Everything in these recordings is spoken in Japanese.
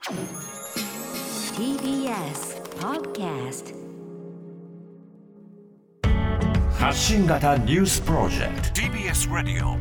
TBS Podcast 発信型ニュースプロジェクト TBS ラディオ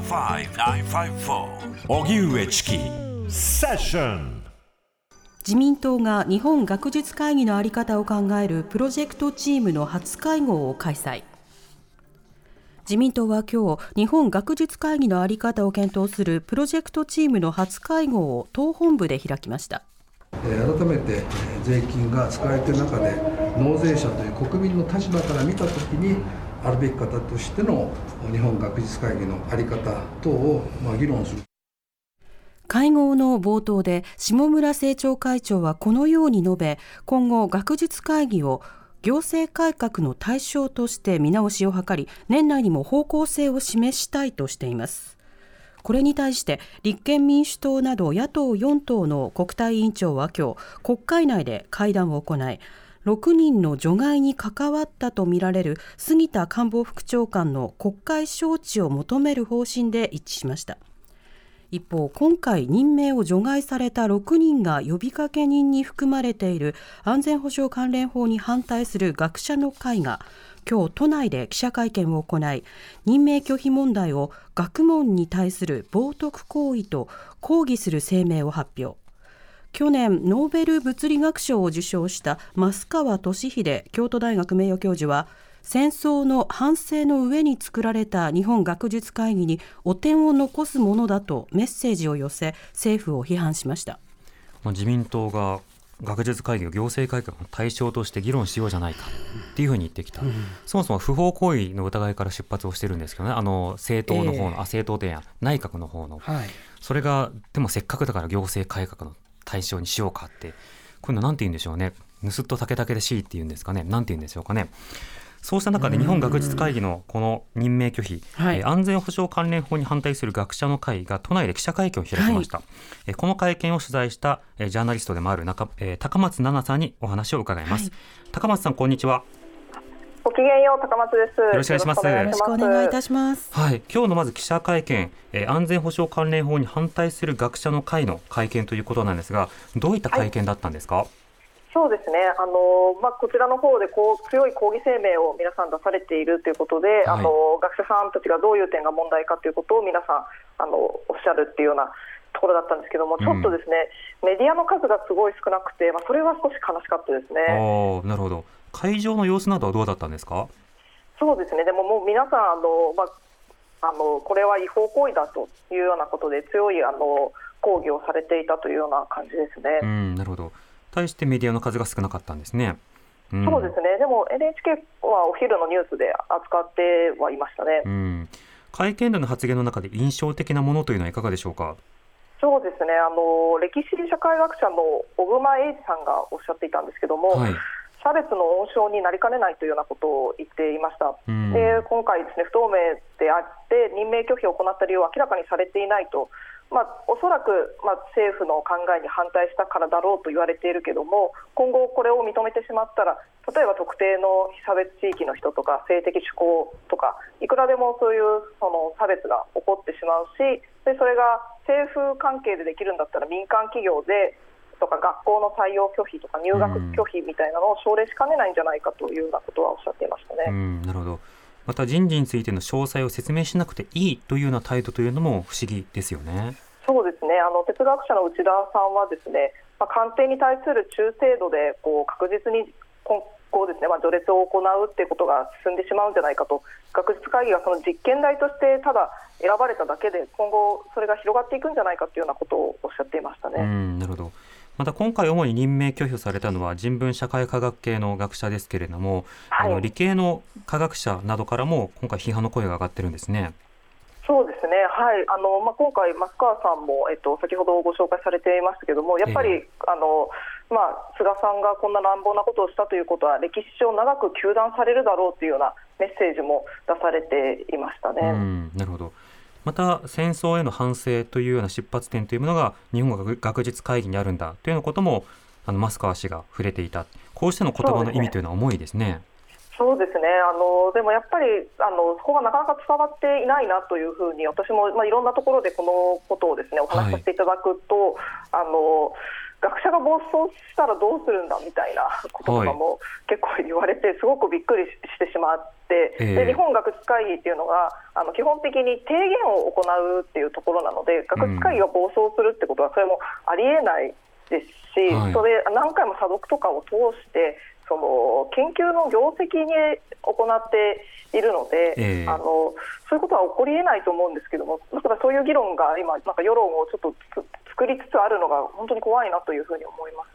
905-954おぎゅうえちきセッション。 自民党が日本学術会議の在り方を考えるプロジェクトチームの初会合を開催。自民党は今日、日本学術会議の在り方を検討するプロジェクトチームの初会合を党本部で開きました。 改めて税金が使われている中で納税者という国民の立場から見たときにあるべき方としての日本学術会議の在り方等を議論する。 会合の冒頭で下村政調会長はこのように述べ、今後学術会議を行政改革の対象として見直しを図り、年内にも方向性を示したいとしています。これに対して立憲民主党など野党4党の国対委員長は今日、国会内で会談を行い、6人の除外に関わったとみられる杉田官房副長官の国会招致を求める方針で一致しました。一方、今回任命を除外された6人が呼びかけ人に含まれている安全保障関連法に反対する学者の会が今日都内で記者会見を行い、任命拒否問題を学問に対する冒涜行為と抗議する声明を発表。去年ノーベル物理学賞を受賞した益川俊秀京都大学名誉教授は、戦争の反省の上に作られた日本学術会議に汚点を残すものだとメッセージを寄せ、政府を批判しました。 自民党が学術会議を行政改革の対象として議論しようじゃないかっていうふうに言ってきた、そもそも不法行為の疑いから出発をしてるんですけどね、政党の方の、政党でや内閣の方の、それがでもせっかくだから行政改革の対象にしようかって、こういうのなんて言うんでしょうね、盗っ人竹々でしいっていうんですかね、なんて言うんでしょうかね。そうした中で日本学術会議のこの任命拒否、安全保障関連法に反対する学者の会が都内で記者会見を開きました。この会見を取材したジャーナリストでもある高松菜奈さんにお話を伺います。高松さん、こんにちは。 ごきげんよう、高松です。よろしくお願いします。 よろしくお願いいたします。 今日のまず記者会見、安全保障関連法に反対する学者の会の会見ということなんですが、どういった会見だったんですか？ そうですね、こちらの方で強い抗議声明を皆さん出されているということで、学者さんたちがどういう点が問題かということを皆さんおっしゃるっていうようなところだったんですけども、ちょっとですね、メディアの数がすごい少なくて、それは少し悲しかったですね。 なるほど。会場の様子などはどうだったんですか？ そうですね、でももう皆さんこれは違法行為だというようなことで強い抗議をされていたというような感じですね。 なるほど。対してメディアの数が少なかったんですね。 そうですね。でも NHK はお昼のニュースで扱ってはいましたね。 会見での発言の中で印象的なものというのはいかがでしょうか？ そうですね、歴史社会学者の小熊英二さんがおっしゃっていたんですけども、差別の温床になりかねないというようなことを言っていました。で、今回ですね、不透明であって任命拒否を行った理由は明らかにされていないと、おそらく、政府の考えに反対したからだろうと言われているけども、今後これを認めてしまったら、例えば特定の被差別地域の人とか性的指向とかいくらでもそういう差別が起こってしまうし、でそれが政府関係でできるんだったら民間企業でとか学校の採用拒否とか入学拒否みたいなのを奨励しかねないんじゃないかというようなことはおっしゃっていましたね。 なるほど。また人事についての詳細を説明しなくていいというような態度というのも不思議ですよね。 そうですね、哲学者の内田さんはですね、官邸に対する忠誠度で確実に今後ですね、序列を行うということが進んでしまうんじゃないかと、学術会議がその実験台としてただ選ばれただけで今後それが広がっていくんじゃないかというようなことをおっしゃっていましたね。 なるほど。また今回主に任命拒否されたのは人文社会科学系の学者ですけれども、理系の科学者などからも今回批判の声が上がってるんですね。 そうですね、今回増川さんも、先ほどご紹介されていましたけども、やっぱり、菅さんがこんな乱暴なことをしたということは歴史上長く糾弾されるだろうというようなメッセージも出されていましたね。 なるほど。また戦争への反省というような出発点というものが日本学術会議にあるんだというようなことも増川氏が触れていた。こうしての言葉の意味というのは重いですね。 そうですね、でもやっぱりそこがなかなか伝わっていないなというふうに私も、いろんなところでこのことをですねお話しさせていただくと、学者が暴走したらどうするんだみたいなこととかも結構言われて、すごくびっくりしてしまって、で日本学術会議っていうのが基本的に提言を行うっていうところなので、学術会議が暴走するってことはそれもありえないですし、それ何回も査読とかを通してその研究の業績に行っているので、そういうことは起こりえないと思うんですけども、だからそういう議論が今なんか世論をちょっと作りつつあるのが本当に怖いなというふうに思います。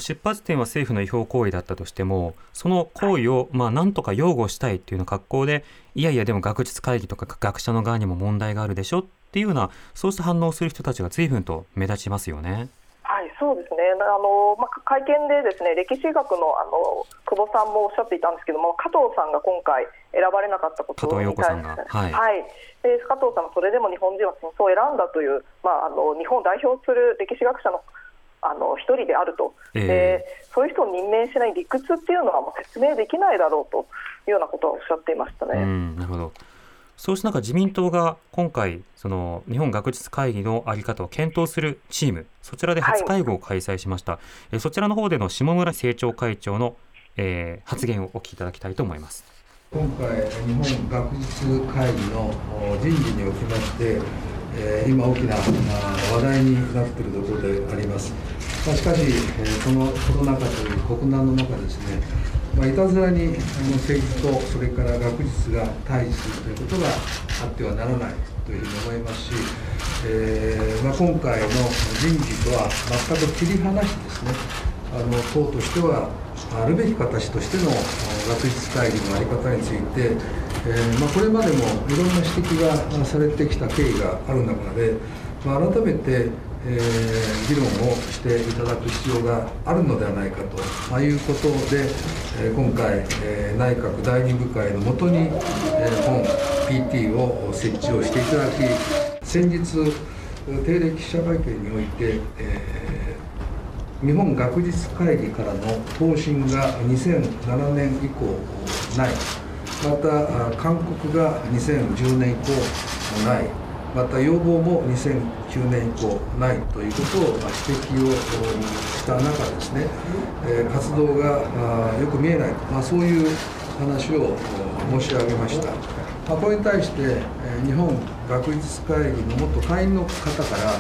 出発点は政府の違法行為だったとしても、その行為をなんとか擁護したいっていうような格好で、いやいやでも学術会議とか学者の側にも問題があるでしょっていうような、そうした反応をする人たちが随分と目立ちますよね。 はい、そうですね。会見でですね、歴史学の久保さんもおっしゃっていたんですけども、加藤さんが今回選ばれなかったことに対して、加藤さんはそれでも日本人は戦争を選んだという、日本を代表する歴史学者の一人であると、でそういう人を任命しない理屈っていうのはもう説明できないだろうというようなことをおっしゃっていましたね。 なるほど。そうした中、自民党が今回その日本学術会議の在り方を検討するチーム、そちらで初会合を開催しました。そちらの方での下村政調会長の、発言をお聞きいただきたいと思います。 今回日本学術会議の人事におきまして、今大きな話題になっているところであります。しかしこのコロナ禍という国難の中ですね、いたずらに政治とそれから学術が対峙するということがあってはならないというふうに思いますし、今回の人事とは全く切り離してですね、党としてはあるべき形としての学術会議の在り方について、これまでもいろんな指摘がされてきた経緯がある中で、改めて議論をしていただく必要があるのではないかということで、今回内閣第二部会のもとに本 PT を設置をしていただき、先日定例記者会見において、日本学術会議からの答申が2007年以降ない、また勧告が2010年以降ない、また要望も2009年以降ないということを指摘をした中ですね、活動がよく見えないと、そういう話を申し上げました。これに対して日本学術会議の元会員の方から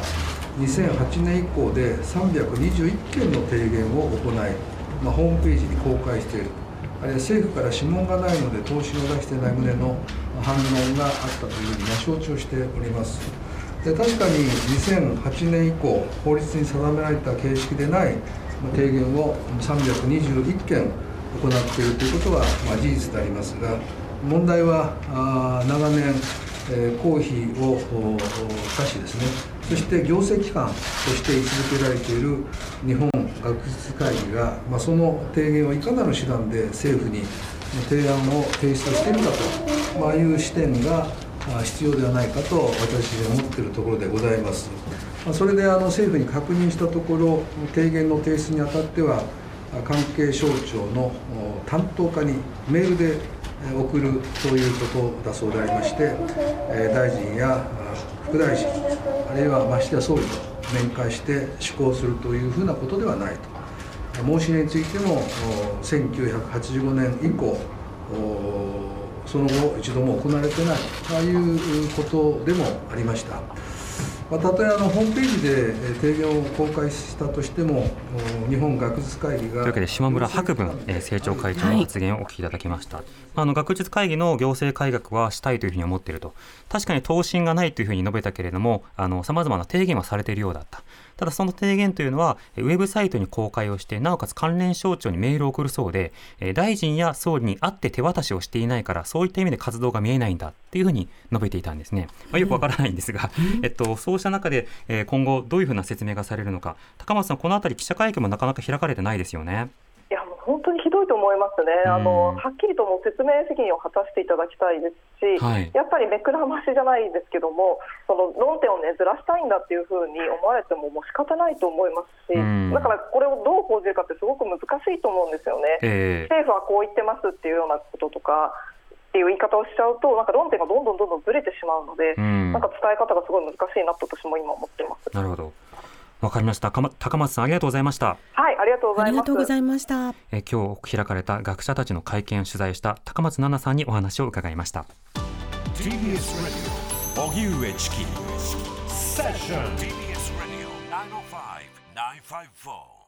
2008年以降で321件の提言を行い、ホームページに公開している、あるいは政府から諮問がないので答申を出していない旨の反論があったというふうに承知をしております。で確かに2008年以降法律に定められた形式でない提言を321件行っているということは事実でありますが、問題は長年公費を課しですね、そして行政機関として位置づけられている日本学術会議が、その提言をいかなる手段で政府に提案を提出しているかという視点が必要ではないかと私は思っているところでございます。それで政府に確認したところ、提言の提出にあたっては関係省庁の担当課にメールで送るということだそうでありまして、大臣や副大臣、あるいはましてや総理と面会して施行するというふうなことではないと。申し入れについても1985年以降その後一度も行われてないということでもありました。たとえホームページで提言を公開したとしても、日本学術会議がというわけで下村博文政調会長の発言をお聞きいただきました。学術会議の行政改革はしたいというふうに思っていると、確かに答申がないというふうに述べたけれども、さまざまな提言はされているようだった。ただその提言というのはウェブサイトに公開をして、なおかつ関連省庁にメールを送るそうで、大臣や総理に会って手渡しをしていないから、そういった意味で活動が見えないんだっていうふうに述べていたんですね。よくわからないんですが、そうした中で今後どういうふうな説明がされるのか、高松さん、このあたり記者会見もなかなか開かれてないですよね。 いやもう本当にひどいと思いますね。はっきりともう説明責任を果たしていただきたいですし、やっぱり目くらましじゃないですけども、その論点をねずらしたいんだっていうふうに思われてももう仕方ないと思いますし、だからこれをどう報じるかってすごく難しいと思うんですよね。政府はこう言ってますっていうようなこととかっていう言い方をしちゃうと、なんか論点がどんどんずれてしまうので、なんか伝え方がすごい難しいなと私も今思ってます。 なるほど。 わかりました。高松さん、ありがとうございました。 はい、ありがとうございます。 ありがとうございました。 今日開かれた学者たちの会見を取材した高松奈々さんにお話を伺いました。 TBS ラジオ荻上チキセッション TBS ラジオ905-954